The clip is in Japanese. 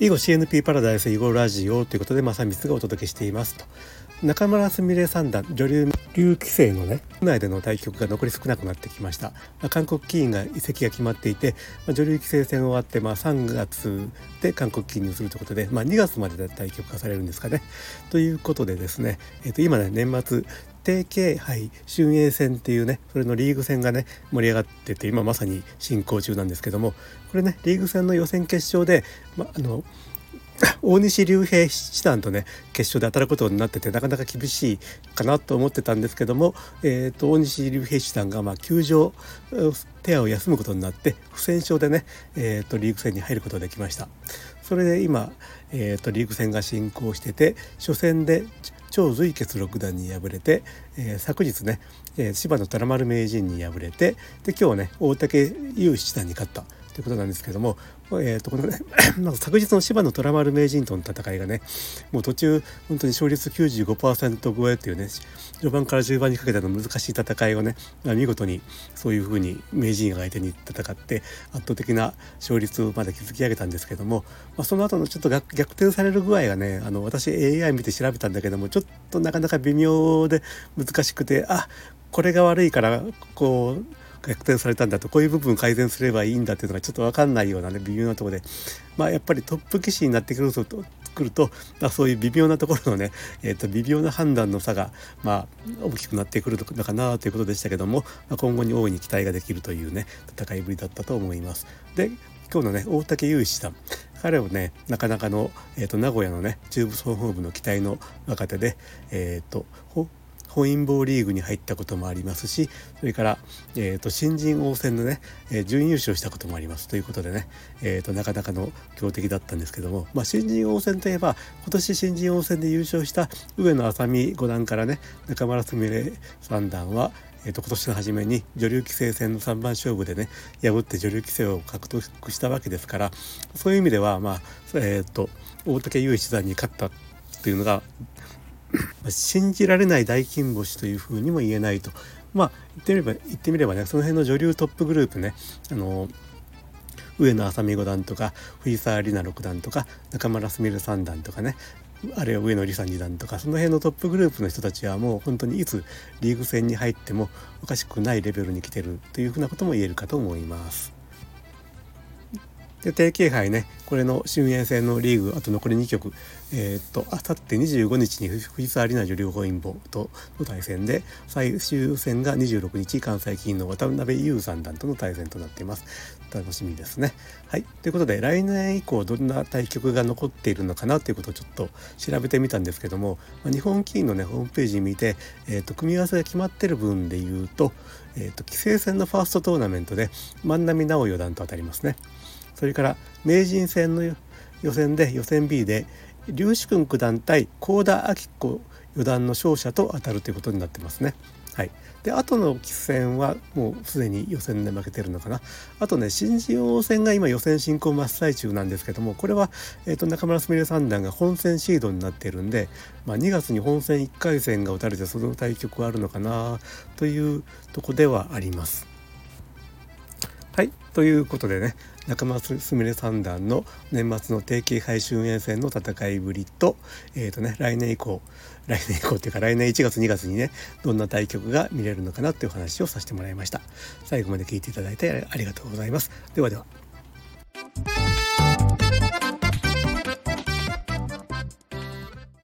囲碁 CNP パラダイス囲碁ラジオということで正光がお届けしていますと。中村すみれ三段女流棋聖のね国内での対局が残り少なくなってきました。韓国棋院が移籍が決まっていて、女流棋聖戦終わって、3月で韓国棋院に移るということで、2月までで対局化されるんですかね。ということでですね、今ね年末提携杯春英戦っていうね、それのリーグ戦がね盛り上がってて、今まさに進行中なんですけども、これねリーグ戦の予選決勝で、大西竜平七段とね決勝で当たることになってて、なかなか厳しいかなと思ってたんですけども、大西竜平七段が休場手を休むことになって不戦勝でね、リーグ戦に入ることができました。それで今、リーグ戦が進行してて、初戦で張瑞傑六段に敗れて、昨日ね、芝野虎丸名人に敗れて、で今日ね大竹優七段に勝ったということなんですけども、このね昨日の芝野虎丸名人との戦いがね、もう途中本当に勝率 95% 超えっていうね、序盤から中盤にかけての難しい戦いをね、見事にそういう風に名人が相手に戦って圧倒的な勝率まで築き上げたんですけども、その後のちょっと逆転される具合がね、私 AI 見て調べたんだけども、ちょっとなかなか微妙で難しくて、これが悪いからこう逆転されたんだと、こういう部分改善すればいいんだっていうのがちょっと分かんないようなね微妙なところで、やっぱりトップ棋士になってくると、そういう微妙なところのね、微妙な判断の差が大きくなってくるのかなということでしたけども、今後に大いに期待ができるというね戦いぶりだったと思います。で今日のね大竹優七段、彼をねなかなかの、名古屋のね中部総合部の期待の若手で、本因坊リーグに入ったこともありますし、それから、新人王戦のね、準優勝したこともありますということでね、なかなかの強敵だったんですけども、新人王戦といえば今年新人王戦で優勝した上野愛咲美五段からね中村すみれ三段は、今年の初めに女流棋聖戦の3番勝負でね破って女流棋聖を獲得したわけですから、そういう意味では大竹優七段に勝ったっていうのが信じられない大金星というふうにも言えないと。言ってみればね、その辺の女流トップグループね、上野愛咲美五段とか藤沢里菜六段とか中村すみれ三段とかね、あるいは上野梨紗二段とか、その辺のトップグループの人たちはもう本当にいつリーグ戦に入ってもおかしくないレベルに来てるというふうなことも言えるかと思います。で提携杯ね、これの春英戦のリーグあと残り2局、あさって25日に藤沢里菜女流本因坊との対戦で、最終戦が26日関西棋院の渡辺優三段との対戦となっています。楽しみですね。はい、ということで来年以降どんな対局が残っているのかなということをちょっと調べてみたんですけども、日本棋院のねホームページ見て、組み合わせが決まってる分でいうと、棋聖戦のファーストトーナメントで万波直四段と当たりますね。それから名人戦の予選で予選 B で劉志君九段対幸田明子四段の勝者と当たるということになってますね。はい、で後の棋戦はもうすでに予選で負けてるのかな。あとね新人王戦が今予選進行真っ最中なんですけども、これは、中村すみれ三段が本戦シードになっているんで、2月に本戦1回戦が打たれてその対局はあるのかなというとこではあります。はい、ということでね、中村すみれ三段の年末の提携杯春英戦の戦いぶりと、来年以降っていうか来年1月2月にねどんな対局が見れるのかなっていう話をさせてもらいました。最後まで聞いていただいてありがとうございます。ではでは。